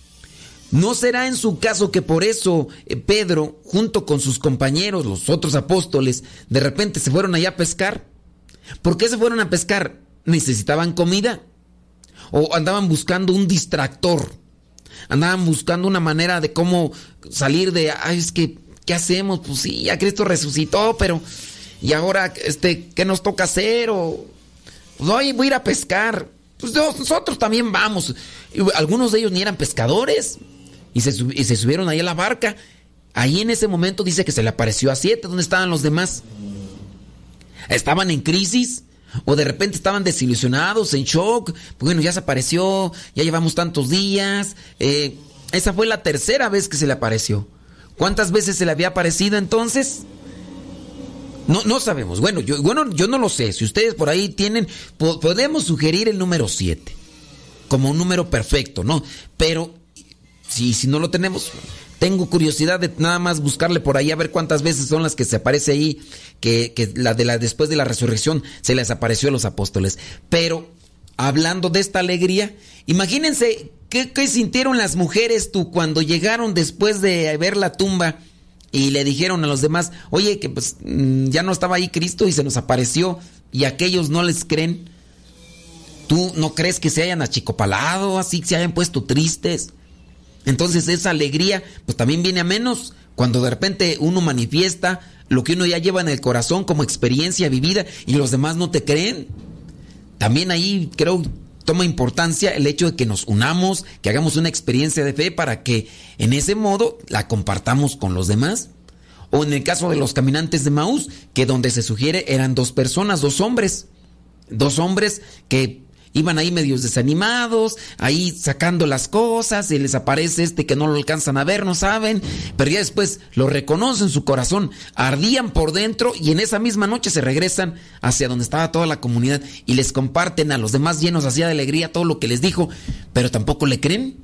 ¿No será en su caso que por eso eh, Pedro, junto con sus compañeros, los otros apóstoles, de repente se fueron allá a pescar? ¿Por qué se fueron a pescar? ¿Necesitaban comida? ¿O andaban buscando un distractor? ¿Andaban buscando una manera de cómo salir de, ay, es que, ¿qué hacemos? Pues sí, ya Cristo resucitó, pero, ¿y ahora, este, qué nos toca hacer? O, pues, oye, voy a ir a pescar. Pues nosotros también vamos. Y algunos de ellos ni eran pescadores. Y se, y se subieron ahí a la barca. Ahí en ese momento dice que se le apareció a siete. ¿Dónde estaban los demás? ¿Estaban en crisis? ¿O de repente estaban desilusionados, en shock? Bueno, ya se apareció, ya llevamos tantos días. Eh, esa fue la tercera vez que se le apareció. ¿Cuántas veces se le había aparecido entonces? No, no sabemos. Bueno yo, bueno, yo no lo sé. Si ustedes por ahí tienen, po- podemos sugerir el número siete como un número perfecto, ¿no? Pero si, si no lo tenemos, tengo curiosidad de nada más buscarle por ahí a ver cuántas veces son las que se aparece ahí, que, que la de la después de la resurrección se les apareció a los apóstoles. Pero hablando de esta alegría, imagínense qué, qué sintieron las mujeres tú cuando llegaron después de ver la tumba y le dijeron a los demás, oye, que pues ya no estaba ahí Cristo y se nos apareció, y aquellos no les creen. ¿Tú no crees que se hayan achicopalado, así se hayan puesto tristes? Entonces esa alegría pues también viene a menos cuando de repente uno manifiesta lo que uno ya lleva en el corazón como experiencia vivida y los demás no te creen. También ahí creo toma importancia el hecho de que nos unamos, que hagamos una experiencia de fe para que en ese modo la compartamos con los demás. O en el caso de los caminantes de Maús, que donde se sugiere eran dos personas, dos hombres, dos hombres que iban ahí medios desanimados, ahí sacando las cosas, y les aparece este que no lo alcanzan a ver, no saben, pero ya después lo reconocen, su corazón ardían por dentro, y en esa misma noche se regresan hacia donde estaba toda la comunidad y les comparten a los demás llenos así de alegría todo lo que les dijo, pero tampoco le creen.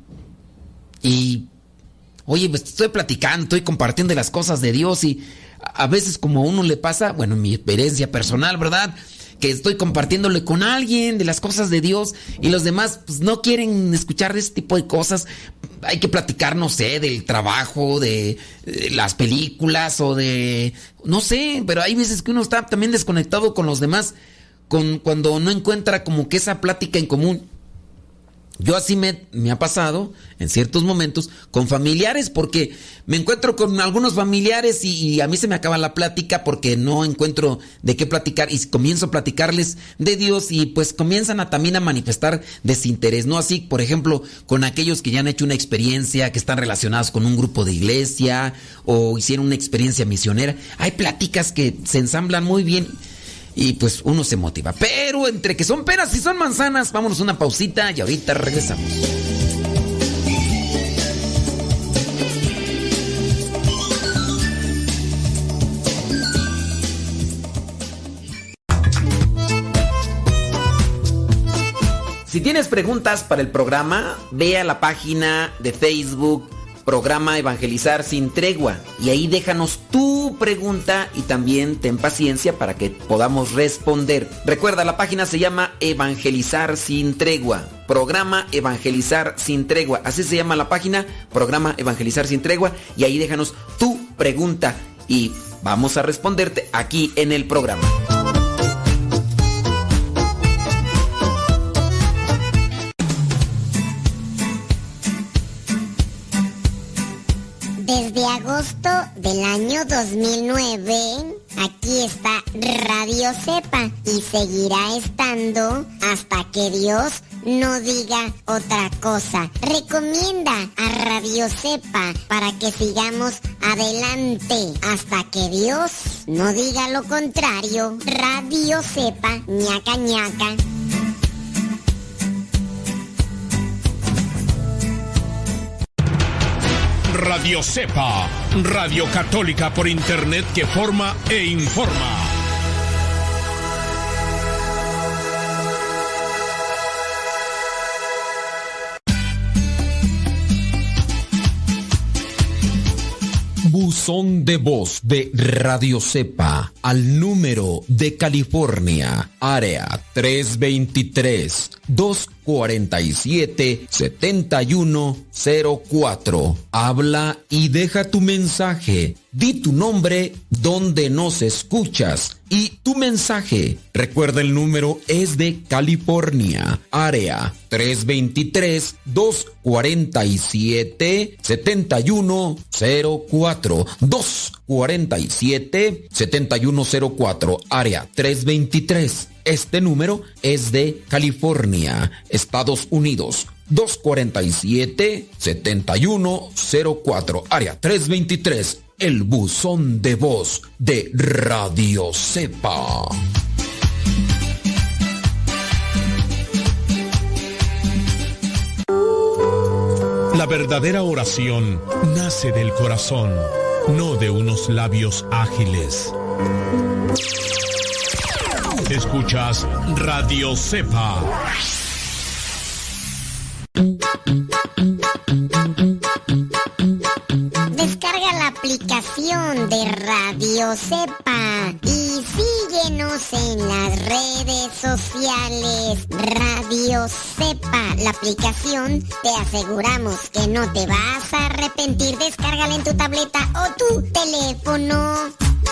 Y oye, pues estoy platicando, estoy compartiendo las cosas de Dios, y a veces como a uno le pasa, bueno, en mi experiencia personal, ¿verdad?, que estoy compartiéndole con alguien de las cosas de Dios y los demás pues no quieren escuchar ese tipo de cosas. Hay que platicar, no sé, del trabajo, de, de las películas o de, no sé, pero hay veces que uno está también desconectado con los demás con, cuando no encuentra como que esa plática en común. Yo así me, me ha pasado en ciertos momentos con familiares, porque me encuentro con algunos familiares y, y a mí se me acaba la plática porque no encuentro de qué platicar y comienzo a platicarles de Dios y pues comienzan a también a manifestar desinterés, ¿no? Así, por ejemplo, con aquellos que ya han hecho una experiencia, que están relacionados con un grupo de iglesia o hicieron una experiencia misionera. Hay pláticas que se ensamblan muy bien. Y pues uno se motiva. Pero entre que son peras y son manzanas, vámonos a una pausita y ahorita regresamos. Si tienes preguntas para el programa, ve a la página de Facebook Programa Evangelizar Sin Tregua y ahí déjanos tu pregunta y también ten paciencia para que podamos responder. Recuerda, la página se llama Evangelizar Sin Tregua. Programa Evangelizar Sin Tregua. Así se llama la página, Programa Evangelizar Sin Tregua, y ahí déjanos tu pregunta y vamos a responderte aquí en el programa. Desde agosto del año dos mil nueve, aquí está Radio Cepa y seguirá estando hasta que Dios no diga otra cosa. Recomienda a Radio Cepa para que sigamos adelante hasta que Dios no diga lo contrario. Radio Cepa, ñaca ñaca. Radio Cepa, radio católica por internet que forma e informa. Buzón de voz de Radio Cepa al número de California, área tres veintitrés, dos cuarenta y siete, setenta y uno cero cuatro. Habla y deja tu mensaje. Di tu nombre, donde nos escuchas y tu mensaje. Recuerda, el número es de California, área tres veintitrés, dos cuarenta y siete, setenta y uno cero cuatro. dos cuarenta y siete, setenta y uno cero cuatro, área tres veintitrés. Este número es de California, Estados Unidos. dos cuarenta y siete, setenta y uno cero cuatro, área tres veintitrés. El buzón de voz de Radio Cepa. La verdadera oración nace del corazón, no de unos labios ágiles. Escuchas Radio Cepa. Descarga la aplicación de Radio Cepa y síguenos en las redes sociales. Radio Cepa, la aplicación, te aseguramos que no te vas a arrepentir. Descárgala en tu tableta o tu teléfono.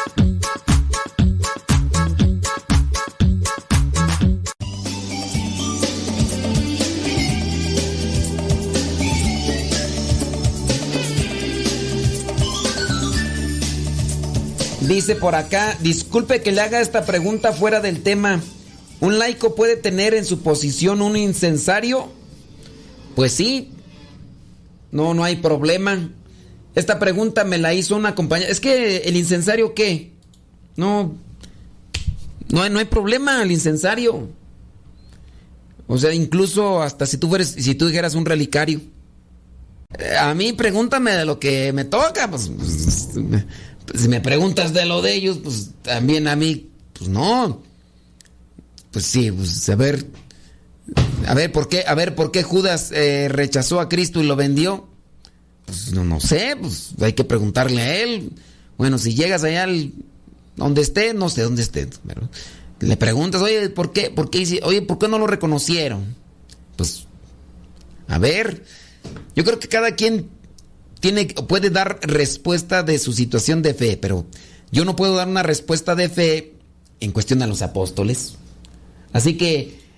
Dice por acá, disculpe que le haga esta pregunta fuera del tema. ¿Un laico puede tener en su posición un incensario? Pues sí. No, no hay problema. Esta pregunta me la hizo una compañera. Es que el incensario, ¿qué? No, no hay, no hay problema, el incensario. O sea, incluso hasta si tú fueras, si tú dijeras un relicario. A mí pregúntame de lo que me toca, pues... pues si me preguntas de lo de ellos, pues también a mí, pues no. Pues sí, pues a ver, a ver por qué, a ver por qué Judas eh, rechazó a Cristo y lo vendió. Pues no, no sé, pues hay que preguntarle a él. Bueno, si llegas allá al, donde esté, no sé dónde esté, pero le preguntas, oye, ¿por qué? ¿Por qué? Oye, ¿por qué no lo reconocieron? Pues, a ver, yo creo que cada quien tiene, puede dar respuesta de su situación de fe, pero yo no puedo dar una respuesta de fe en cuestión a los apóstoles. Así que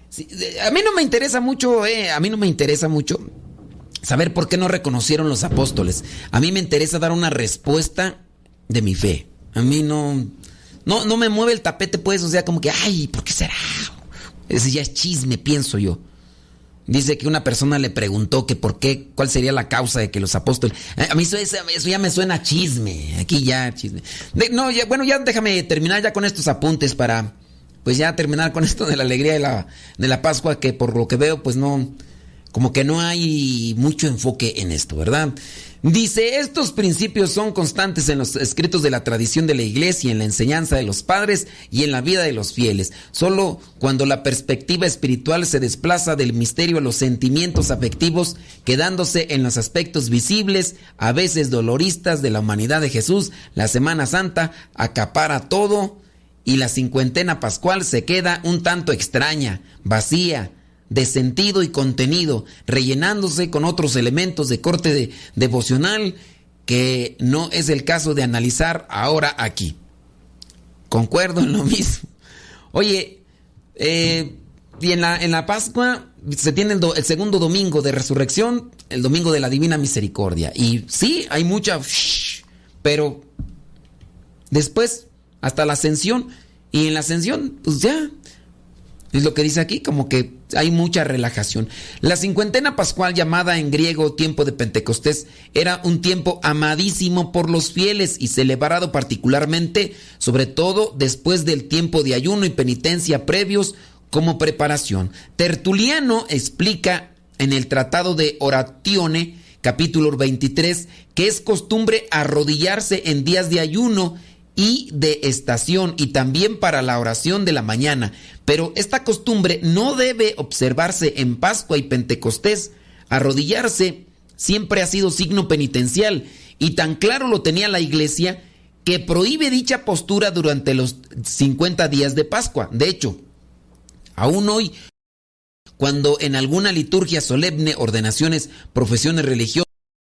Sí, a mí no me interesa mucho, eh, a mí no me interesa mucho saber por qué no reconocieron los apóstoles. A mí me interesa dar una respuesta de mi fe. A mí no, no, no me mueve el tapete, pues, o sea, como que, ay, ¿por qué será? Ese ya es chisme, pienso yo. Dice que una persona le preguntó que por qué, cuál sería la causa de que los apóstoles... A mí eso, eso ya me suena chisme, aquí ya chisme. De, no, ya, bueno, ya déjame terminar ya con estos apuntes para, pues ya terminar con esto de la alegría de la, de la Pascua, que por lo que veo, pues no, como que no hay mucho enfoque en esto, ¿verdad? Dice, estos principios son constantes en los escritos de la tradición de la iglesia, en la enseñanza de los padres y en la vida de los fieles. Solo cuando la perspectiva espiritual se desplaza del misterio a los sentimientos afectivos, quedándose en los aspectos visibles, a veces doloristas de la humanidad de Jesús, la Semana Santa acapara todo y la cincuentena pascual se queda un tanto extraña, vacía, de sentido y contenido, rellenándose con otros elementos de corte de, devocional que no es el caso de analizar ahora aquí. Concuerdo en lo mismo. Oye, eh, y en la, en la Pascua se tiene el, do, el segundo domingo de resurrección, el domingo de la Divina Misericordia. Y sí, hay mucha... Pero después, hasta la ascensión, y en la ascensión, pues ya... Es lo que dice aquí, como que hay mucha relajación. La cincuentena pascual, llamada en griego tiempo de Pentecostés, era un tiempo amadísimo por los fieles y celebrado particularmente, sobre todo después del tiempo de ayuno y penitencia previos como preparación. Tertuliano explica en el Tratado de Oratione, capítulo veintitrés, que es costumbre arrodillarse en días de ayuno y de estación, y también para la oración de la mañana. Pero esta costumbre no debe observarse en Pascua y Pentecostés. Arrodillarse siempre ha sido signo penitencial, y tan claro lo tenía la Iglesia que prohíbe dicha postura durante los cincuenta días de Pascua. De hecho, aún hoy, cuando en alguna liturgia solemne, ordenaciones, profesiones religiosas,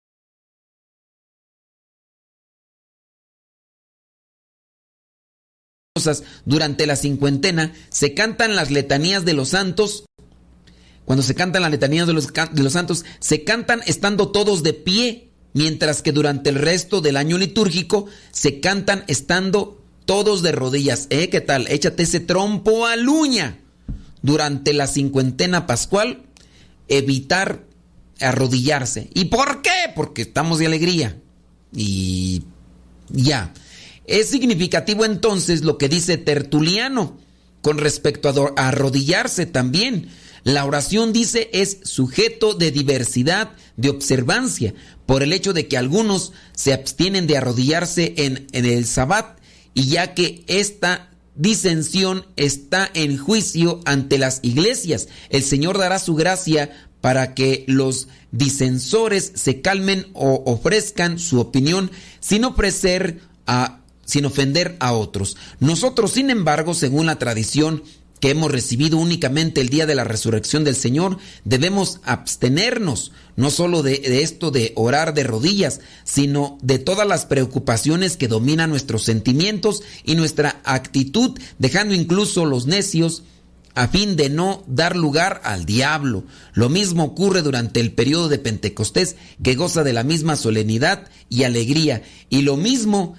durante la cincuentena se cantan las letanías de los santos. Cuando se cantan las letanías de los, de los santos, se cantan estando todos de pie, mientras que durante el resto del año litúrgico se cantan estando todos de rodillas. ¿Eh? ¿Qué tal? Échate ese trompo a luña. Durante la cincuentena pascual, evitar arrodillarse. ¿Y por qué? Porque estamos de alegría. Y ya. Es significativo entonces lo que dice Tertuliano con respecto a arrodillarse también. La oración, dice, es sujeto de diversidad de observancia por el hecho de que algunos se abstienen de arrodillarse en, en el Sabbat, y ya que esta disensión está en juicio ante las iglesias, el Señor dará su gracia para que los disensores se calmen o ofrezcan su opinión sin ofrecer a sin ofender a otros. Nosotros, sin embargo, según la tradición que hemos recibido únicamente el día de la resurrección del Señor, debemos abstenernos, no solo de, de esto de orar de rodillas, sino de todas las preocupaciones que dominan nuestros sentimientos y nuestra actitud, dejando incluso los necios a fin de no dar lugar al diablo. Lo mismo ocurre durante el periodo de Pentecostés, que goza de la misma solemnidad y alegría, y lo mismo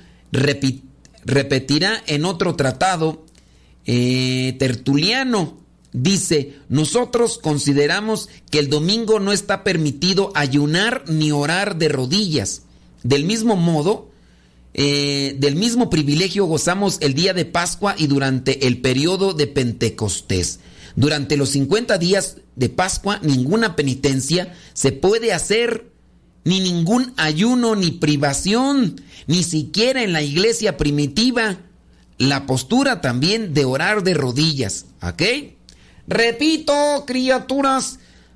repetirá en otro tratado. eh, Tertuliano dice: nosotros consideramos que el domingo no está permitido ayunar ni orar de rodillas. Del mismo modo, eh, del mismo privilegio gozamos el día de Pascua y durante el periodo de Pentecostés. Durante los cincuenta días de Pascua ninguna penitencia se puede hacer, ni ningún ayuno ni privación, ni siquiera en la iglesia primitiva, la postura también de orar de rodillas. ¿Ok? Repito, criaturas,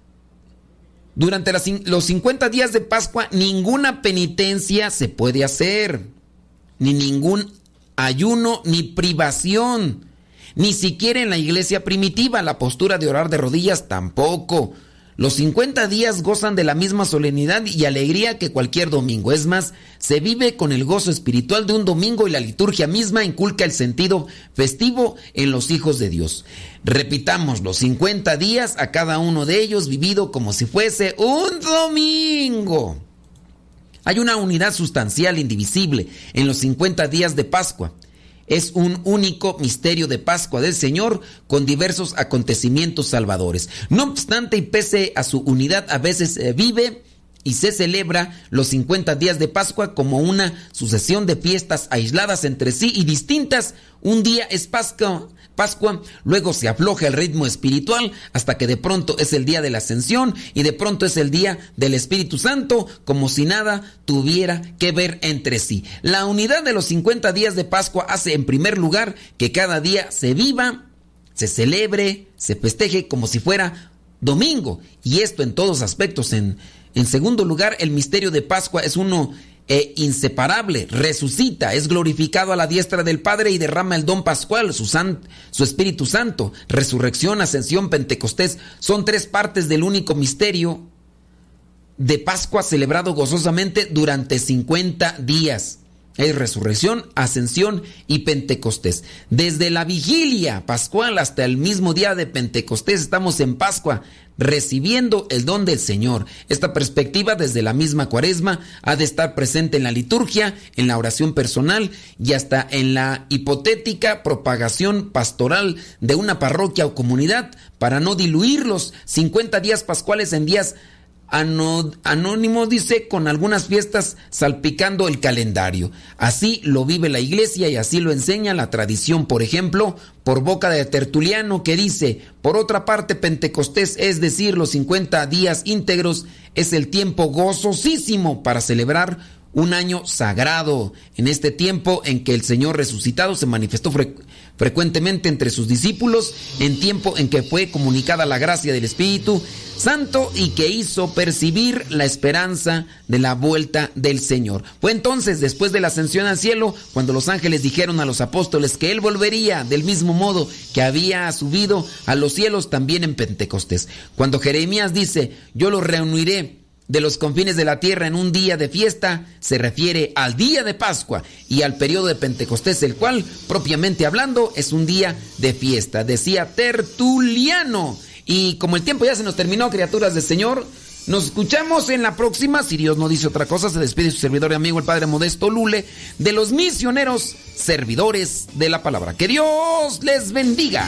durante las, los cincuenta días de Pascua ninguna penitencia se puede hacer, ni ningún ayuno ni privación, ni siquiera en la iglesia primitiva, la postura de orar de rodillas tampoco. Los cincuenta días gozan de la misma solemnidad y alegría que cualquier domingo. Es más, se vive con el gozo espiritual de un domingo y la liturgia misma inculca el sentido festivo en los hijos de Dios. Repitamos, los cincuenta días, a cada uno de ellos vivido como si fuese un domingo. Hay una unidad sustancial indivisible en los cincuenta días de Pascua. Es un único misterio de Pascua del Señor con diversos acontecimientos salvadores. No obstante, y pese a su unidad, a veces eh, vive y se celebra los cincuenta días de Pascua como una sucesión de fiestas aisladas entre sí y distintas. Un día es Pascua, Pascua, luego se afloja el ritmo espiritual hasta que de pronto es el día de la Ascensión y de pronto es el día del Espíritu Santo, como si nada tuviera que ver entre sí. La unidad de los cincuenta días de Pascua hace en primer lugar que cada día se viva, se celebre, se festeje como si fuera domingo, y esto en todos aspectos. En, en segundo lugar, el misterio de Pascua es uno e inseparable, resucita, es glorificado a la diestra del Padre y derrama el don pascual, su, san, su Espíritu Santo. Resurrección, ascensión, Pentecostés son tres partes del único misterio de Pascua celebrado gozosamente durante cincuenta días. Es resurrección, ascensión y Pentecostés. Desde la vigilia pascual hasta el mismo día de Pentecostés estamos en Pascua, recibiendo el don del Señor. Esta perspectiva desde la misma Cuaresma ha de estar presente en la liturgia, en la oración personal y hasta en la hipotética propagación pastoral de una parroquia o comunidad, para no diluir los cincuenta días pascuales en días anónimos, dice, con algunas fiestas salpicando el calendario. Así lo vive la Iglesia y así lo enseña la tradición, por ejemplo, por boca de Tertuliano, que dice: por otra parte, Pentecostés, es decir, los cincuenta días íntegros, es el tiempo gozosísimo para celebrar un año sagrado. En este tiempo en que el Señor resucitado se manifestó fre- frecuentemente entre sus discípulos, en tiempo en que fue comunicada la gracia del Espíritu Santo y que hizo percibir la esperanza de la vuelta del Señor. Fue entonces, después de la ascensión al cielo, cuando los ángeles dijeron a los apóstoles que Él volvería del mismo modo que había subido a los cielos también en Pentecostés. Cuando Jeremías dice: yo los reuniré de los confines de la tierra en un día de fiesta, se refiere al día de Pascua y al periodo de Pentecostés, el cual, propiamente hablando, es un día de fiesta, decía Tertuliano. Y como el tiempo ya se nos terminó, criaturas del Señor, nos escuchamos en la próxima. Si Dios no dice otra cosa, se despide su servidor y amigo, el Padre Modesto Lule, de los misioneros servidores de la palabra. Que Dios les bendiga.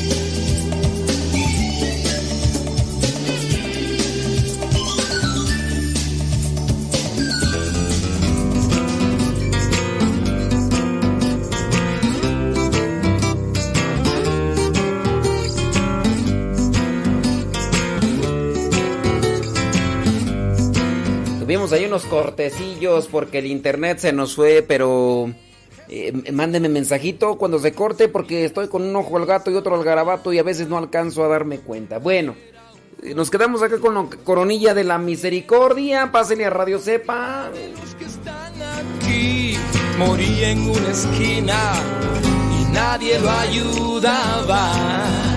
Tuvimos ahí unos cortecillos porque el internet se nos fue, pero eh, mándenme mensajito cuando se corte, porque estoy con un ojo al gato y otro al garabato y a veces no alcanzo a darme cuenta. Bueno, nos quedamos acá con la coronilla de la misericordia. Pásenle a Radio Cepa. Los que están aquí, morí en una esquina y nadie lo ayudaba.